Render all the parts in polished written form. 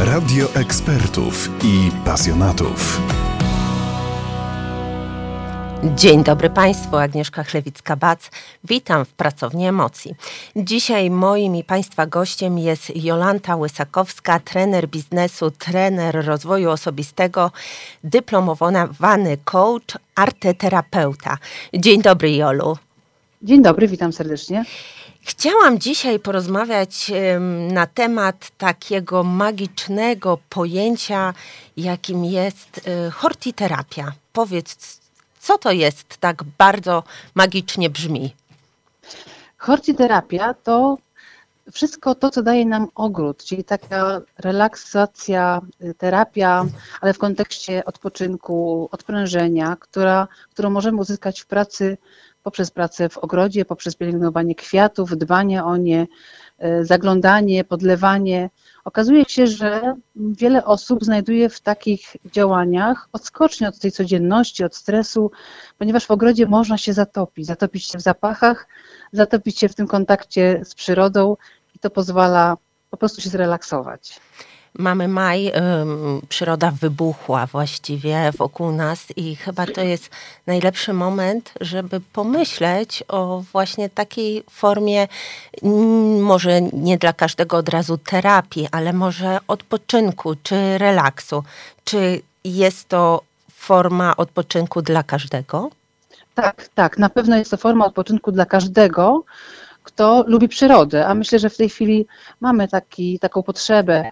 Radio ekspertów i pasjonatów. Dzień dobry Państwu, Agnieszka Chlewicka-Bac. Witam w Pracowni Emocji. Dzisiaj moim i Państwa gościem jest Jolanta Łysakowska, trener biznesu, trener rozwoju osobistego, dyplomowany coach, arteterapeuta. Dzień dobry, Jolu. Dzień dobry, witam serdecznie. Chciałam dzisiaj porozmawiać na temat takiego magicznego pojęcia, jakim jest hortiterapia. Powiedz, co to jest, tak bardzo magicznie brzmi? Hortiterapia to wszystko to, co daje nam ogród, czyli taka relaksacja, terapia, ale w kontekście odpoczynku, odprężenia, którą możemy uzyskać w pracy, poprzez pracę w ogrodzie, poprzez pielęgnowanie kwiatów, dbanie o nie, zaglądanie, podlewanie. Okazuje się, że wiele osób znajduje w takich działaniach odskocznię od tej codzienności, od stresu, ponieważ w ogrodzie można się zatopić się w zapachach, zatopić się w tym kontakcie z przyrodą i to pozwala po prostu się zrelaksować. Mamy maj, przyroda wybuchła właściwie wokół nas i chyba to jest najlepszy moment, żeby pomyśleć o właśnie takiej formie, może nie dla każdego od razu terapii, ale może odpoczynku czy relaksu. Czy jest to forma odpoczynku dla każdego? Tak, na pewno jest to forma odpoczynku dla każdego, kto lubi przyrodę, a myślę, że w tej chwili mamy taką potrzebę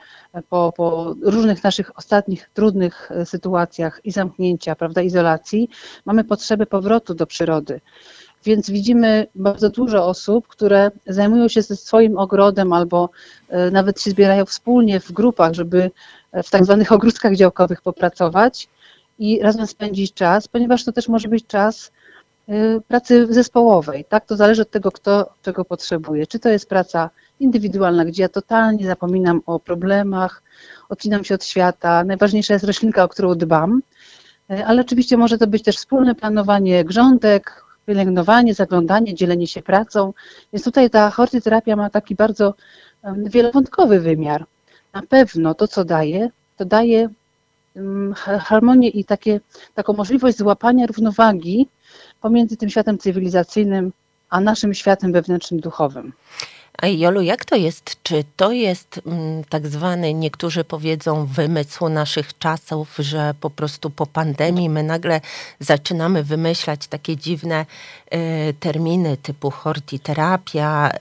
po różnych naszych ostatnich trudnych sytuacjach i zamknięcia, prawda, izolacji, mamy potrzebę powrotu do przyrody. Więc widzimy bardzo dużo osób, które zajmują się ze swoim ogrodem albo nawet się zbierają wspólnie w grupach, żeby w tak zwanych ogródkach działkowych popracować i razem spędzić czas, ponieważ to też może być czas pracy zespołowej, tak? To zależy od tego, kto czego potrzebuje. Czy to jest praca indywidualna, gdzie ja totalnie zapominam o problemach, odcinam się od świata, najważniejsza jest roślinka, o którą dbam, ale oczywiście może to być też wspólne planowanie grządek, pielęgnowanie, zaglądanie, dzielenie się pracą, więc tutaj ta hortyterapia ma taki bardzo wielowątkowy wymiar. Na pewno to, co daje, to daje harmonię i taką możliwość złapania równowagi pomiędzy tym światem cywilizacyjnym, a naszym światem wewnętrznym, duchowym. A Jolu, jak to jest? Czy to jest tak zwany, niektórzy powiedzą, wymysł naszych czasów, że po prostu po pandemii my nagle zaczynamy wymyślać takie dziwne terminy typu hortiterapia,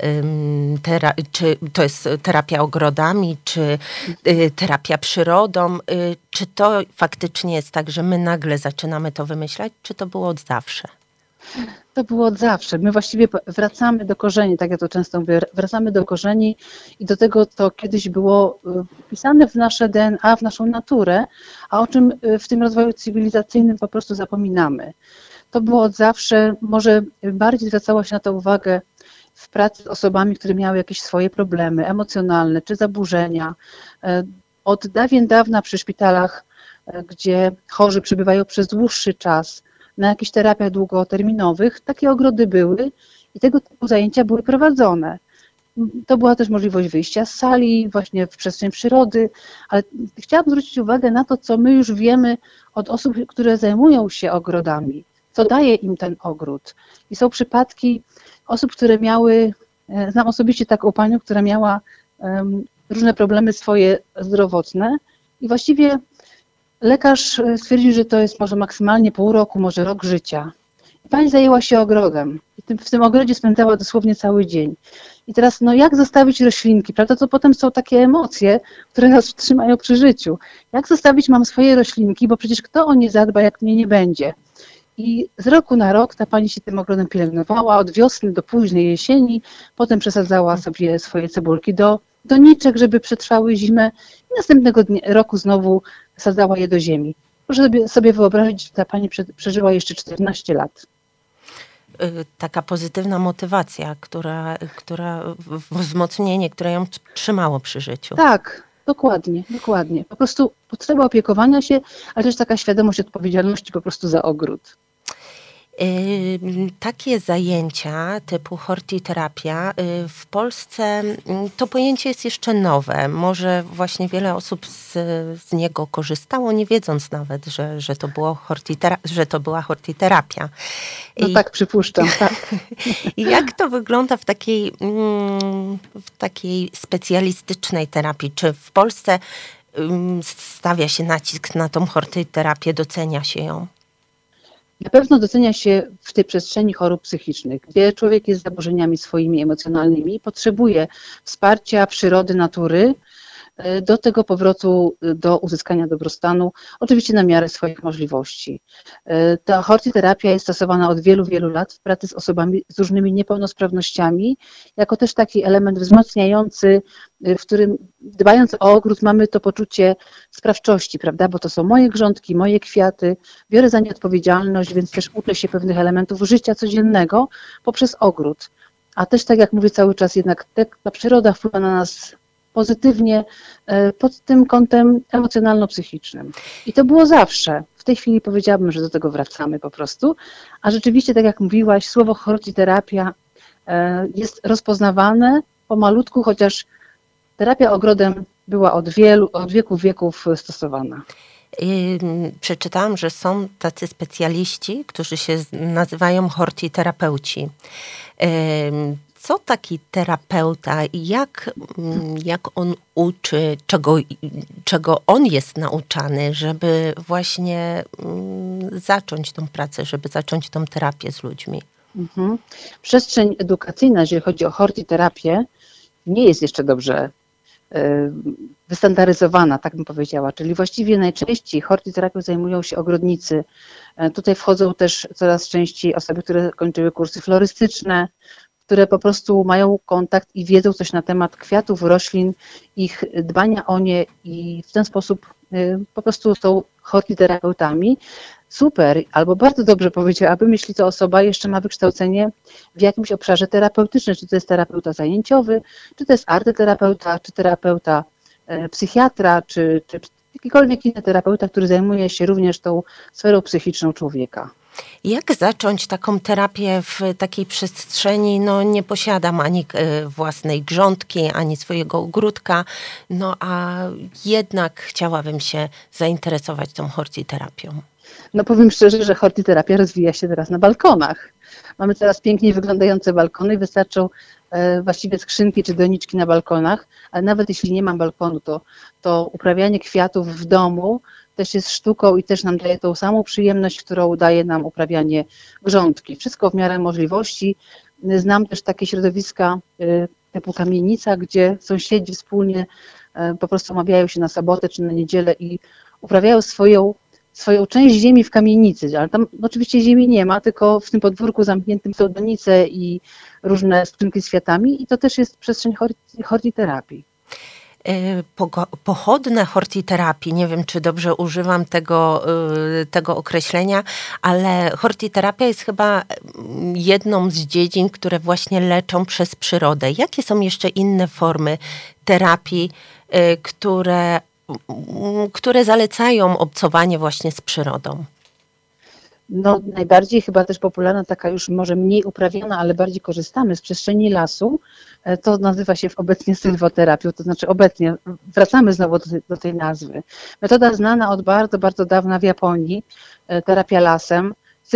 czy to jest terapia ogrodami, czy terapia przyrodą. Czy to faktycznie jest tak, że my nagle zaczynamy to wymyślać, czy to było od zawsze? To było od zawsze. My właściwie wracamy do korzeni, tak jak to często mówię, wracamy do korzeni i do tego, co kiedyś było wpisane w nasze DNA, w naszą naturę, a o czym w tym rozwoju cywilizacyjnym po prostu zapominamy. To było od zawsze, może bardziej zwracało się na to uwagę w pracy z osobami, które miały jakieś swoje problemy emocjonalne czy zaburzenia. Od dawien dawna przy szpitalach, gdzie chorzy przebywają przez dłuższy czas, na jakichś terapiach długoterminowych, takie ogrody były i tego typu zajęcia były prowadzone. To była też możliwość wyjścia z sali, właśnie w przestrzeń przyrody, ale chciałabym zwrócić uwagę na to, co my już wiemy od osób, które zajmują się ogrodami, co daje im ten ogród. I są przypadki osób, które miały, znam osobiście taką panią, która miała różne problemy swoje zdrowotne i właściwie lekarz stwierdził, że to jest może maksymalnie pół roku, może rok życia. Pani zajęła się ogrodem i w tym ogrodzie spędzała dosłownie cały dzień. I teraz, jak zostawić roślinki, prawda? To potem są takie emocje, które nas trzymają przy życiu. Jak zostawić mam swoje roślinki, bo przecież kto o nie zadba, jak mnie nie będzie? I z roku na rok ta pani się tym ogrodem pielęgnowała, od wiosny do późnej jesieni, potem przesadzała sobie swoje cebulki do doniczek, żeby przetrwały zimę i następnego roku znowu sadzała je do ziemi. Proszę sobie wyobrazić, że ta pani przeżyła jeszcze 14 lat. Taka pozytywna motywacja, wzmocnienie, które ją trzymało przy życiu. Tak, dokładnie. Po prostu potrzeba opiekowania się, ale też taka świadomość odpowiedzialności po prostu za ogród. Takie zajęcia typu hortiterapia w Polsce to pojęcie jest jeszcze nowe. Może właśnie wiele osób z niego korzystało, nie wiedząc nawet, że to była hortiterapia. No tak, przypuszczam, tak. I jak to wygląda w takiej specjalistycznej terapii? Czy w Polsce stawia się nacisk na tą hortiterapię, docenia się ją? Na pewno docenia się w tej przestrzeni chorób psychicznych, gdzie człowiek jest z zaburzeniami swoimi emocjonalnymi i potrzebuje wsparcia przyrody, natury do tego powrotu do uzyskania dobrostanu, oczywiście na miarę swoich możliwości. Ta hortiterapia jest stosowana od wielu, wielu lat w pracy z osobami z różnymi niepełnosprawnościami, jako też taki element wzmacniający, w którym dbając o ogród mamy to poczucie sprawczości, prawda, bo to są moje grządki, moje kwiaty, biorę za nie odpowiedzialność, więc też uczę się pewnych elementów życia codziennego poprzez ogród. A też tak jak mówię cały czas, jednak ta przyroda wpływa na nas pozytywnie pod tym kątem emocjonalno-psychicznym. I to było zawsze. W tej chwili powiedziałabym, że do tego wracamy po prostu. A rzeczywiście, tak jak mówiłaś, słowo hortiterapia jest rozpoznawane pomalutku, chociaż terapia ogrodem była od wieków wieków stosowana. Przeczytałam, że są tacy specjaliści, którzy się nazywają hortiterapeuci. Co taki terapeuta i jak on uczy, czego on jest nauczany, żeby właśnie zacząć tą pracę, żeby zacząć tą terapię z ludźmi? Przestrzeń edukacyjna, jeżeli chodzi o hortiterapię, nie jest jeszcze dobrze wystandaryzowana, tak bym powiedziała, czyli właściwie najczęściej hortiterapią zajmują się ogrodnicy. Tutaj wchodzą też coraz częściej osoby, które kończyły kursy florystyczne, które po prostu mają kontakt i wiedzą coś na temat kwiatów, roślin, ich dbania o nie i w ten sposób po prostu są hortiterapeutami. Super, albo bardzo dobrze powiedziałabym, jeśli to osoba jeszcze ma wykształcenie w jakimś obszarze terapeutycznym, czy to jest terapeuta zajęciowy, czy to jest arteterapeuta, czy terapeuta psychiatra, czy jakikolwiek inny terapeuta, który zajmuje się również tą sferą psychiczną człowieka. Jak zacząć taką terapię w takiej przestrzeni? No nie posiadam ani własnej grządki, ani swojego ogródka, no a jednak chciałabym się zainteresować tą hortiterapią. No powiem szczerze, że hortiterapia rozwija się teraz na balkonach. Mamy teraz pięknie wyglądające balkony i wystarczą właściwie skrzynki czy doniczki na balkonach, ale nawet jeśli nie mam balkonu, to uprawianie kwiatów w domu też jest sztuką i też nam daje tą samą przyjemność, którą daje nam uprawianie grządki. Wszystko w miarę możliwości. Znam też takie środowiska typu kamienica, gdzie sąsiedzi wspólnie po prostu umawiają się na sobotę czy na niedzielę i uprawiają swoją część ziemi w kamienicy, ale tam oczywiście ziemi nie ma, tylko w tym podwórku zamkniętym są donice i różne skrzynki z kwiatami i to też jest przestrzeń hortiterapii. Pochodne hortiterapii, nie wiem, czy dobrze używam tego określenia, ale hortiterapia jest chyba jedną z dziedzin, które właśnie leczą przez przyrodę. Jakie są jeszcze inne formy terapii, które zalecają obcowanie właśnie z przyrodą? No, najbardziej chyba też popularna, taka już może mniej uprawiana, ale bardziej korzystamy z przestrzeni lasu, to nazywa się obecnie sylwoterapią, to znaczy obecnie wracamy znowu do tej nazwy. Metoda znana od bardzo, bardzo dawna w Japonii, terapia lasem.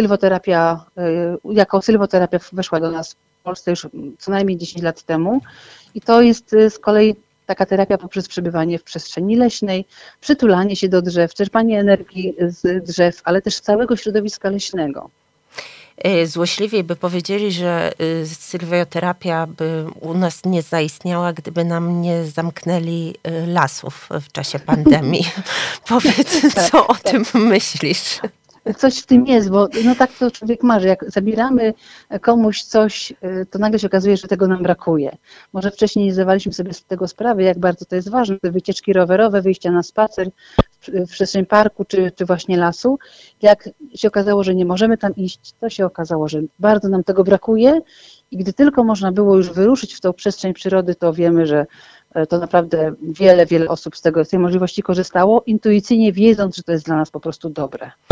Jako sylwoterapia weszła do nas w Polsce już co najmniej 10 lat temu i to jest z kolei taka terapia poprzez przebywanie w przestrzeni leśnej, przytulanie się do drzew, czerpanie energii z drzew, ale też z całego środowiska leśnego. Złośliwiej by powiedzieli, że sylwioterapia by u nas nie zaistniała, gdyby nam nie zamknęli lasów w czasie pandemii. Powiedz, co o tym myślisz? Coś w tym jest, bo no tak to człowiek marzy. Jak zabieramy komuś coś, to nagle się okazuje, że tego nam brakuje. Może wcześniej nie zdawaliśmy sobie z tego sprawy, jak bardzo to jest ważne. Te wycieczki rowerowe, wyjścia na spacer w przestrzeń parku czy właśnie lasu. Jak się okazało, że nie możemy tam iść, to się okazało, że bardzo nam tego brakuje i gdy tylko można było już wyruszyć w tą przestrzeń przyrody, to wiemy, że to naprawdę wiele osób z tej możliwości korzystało, intuicyjnie wiedząc, że to jest dla nas po prostu dobre.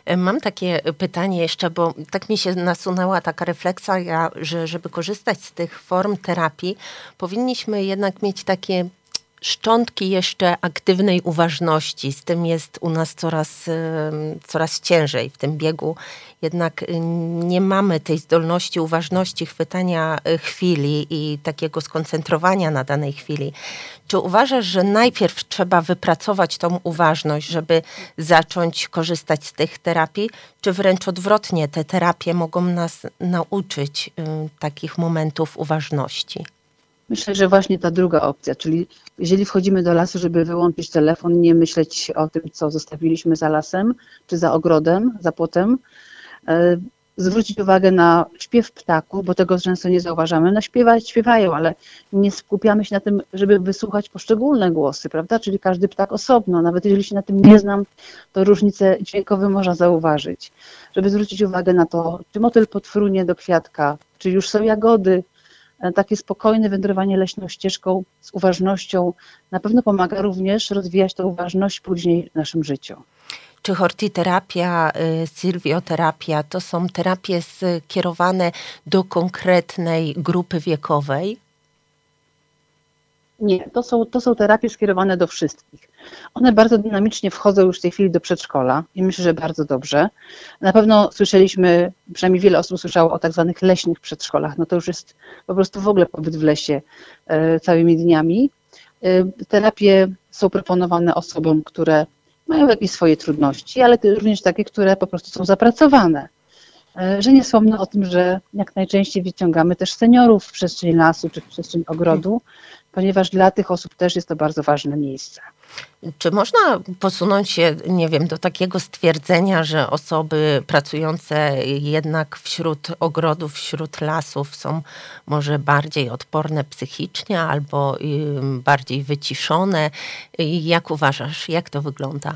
Mam takie pytanie jeszcze, bo tak mi się nasunęła taka refleksja, że żeby korzystać z tych form terapii, powinniśmy jednak mieć takie szczątki jeszcze aktywnej uważności. Z tym jest u nas coraz ciężej w tym biegu. Jednak nie mamy tej zdolności uważności, chwytania chwili i takiego skoncentrowania na danej chwili. Czy uważasz, że najpierw trzeba wypracować tą uważność, żeby zacząć korzystać z tych terapii, czy wręcz odwrotnie, te terapie mogą nas nauczyć takich momentów uważności? Myślę, że właśnie ta druga opcja, czyli jeżeli wchodzimy do lasu, żeby wyłączyć telefon, nie myśleć o tym, co zostawiliśmy za lasem, czy za ogrodem, za płotem, zwrócić uwagę na śpiew ptaków, bo tego często nie zauważamy. No śpiewają, ale nie skupiamy się na tym, żeby wysłuchać poszczególne głosy, prawda? Czyli każdy ptak osobno, nawet jeżeli się na tym nie znam, to różnice dźwiękowe można zauważyć. Żeby zwrócić uwagę na to, czy motyl podfrunie do kwiatka, czy już są jagody. Takie spokojne wędrowanie leśną ścieżką z uważnością na pewno pomaga również rozwijać tę uważność później w naszym życiu. Czy hortiterapia, sylwioterapia to są terapie skierowane do konkretnej grupy wiekowej? Nie, to są terapie skierowane do wszystkich. One bardzo dynamicznie wchodzą już w tej chwili do przedszkola i myślę, że bardzo dobrze. Na pewno słyszeliśmy, przynajmniej wiele osób słyszało o tak zwanych leśnych przedszkolach. No to już jest po prostu w ogóle pobyt w lesie całymi dniami. Terapie są proponowane osobom, które mają jakieś swoje trudności, ale również takie, które po prostu są zapracowane. Że nie wspomnę o tym, że jak najczęściej wyciągamy też seniorów w przestrzeń lasu czy w przestrzeń ogrodu, ponieważ dla tych osób też jest to bardzo ważne miejsce. Czy można posunąć się, nie wiem, do takiego stwierdzenia, że osoby pracujące jednak wśród ogrodów, wśród lasów są może bardziej odporne psychicznie albo bardziej wyciszone? Jak uważasz, jak to wygląda?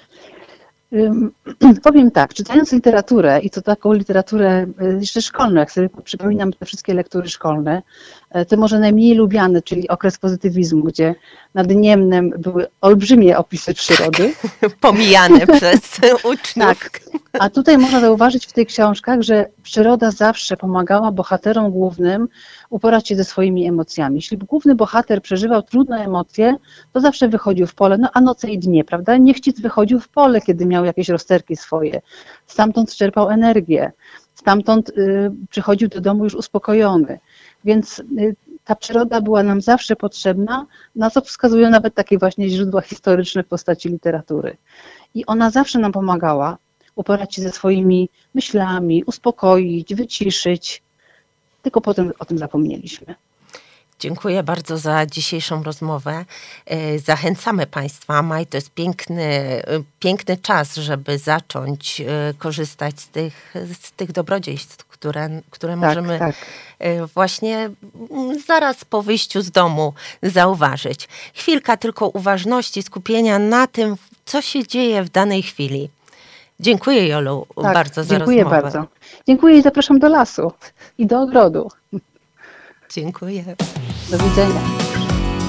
Powiem tak, czytając literaturę i to taką literaturę jeszcze szkolną, jak sobie przypominam te wszystkie lektury szkolne, te może najmniej lubiane, czyli okres pozytywizmu, gdzie nad Niemnem były olbrzymie opisy przyrody. Pomijane przez uczniów. Tak, a tutaj można zauważyć w tych książkach, że przyroda zawsze pomagała bohaterom głównym uporać się ze swoimi emocjami. Jeśli główny bohater przeżywał trudne emocje, to zawsze wychodził w pole, no a noce i dnie, prawda? Niechcic wychodził w pole, kiedy miał jakieś rozterki swoje. Stamtąd czerpał energię, stamtąd przychodził do domu już uspokojony. Więc ta przyroda była nam zawsze potrzebna, na co wskazują nawet takie właśnie źródła historyczne w postaci literatury. I ona zawsze nam pomagała uporać się ze swoimi myślami, uspokoić, wyciszyć, tylko potem o tym zapomnieliśmy. Dziękuję bardzo za dzisiejszą rozmowę. Zachęcamy Państwa. Maj to jest piękny czas, żeby zacząć korzystać z tych dobrodziejstw, które możemy właśnie zaraz po wyjściu z domu zauważyć. Chwilka tylko uważności, skupienia na tym, co się dzieje w danej chwili. Dziękuję, Jolu, bardzo za rozmowę. Dziękuję bardzo. Dziękuję i zapraszam do lasu i do ogrodu. Dziękuję. Do widzenia.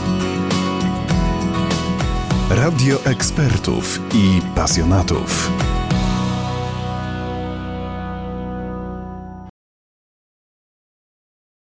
Radio ekspertów i pasjonatów.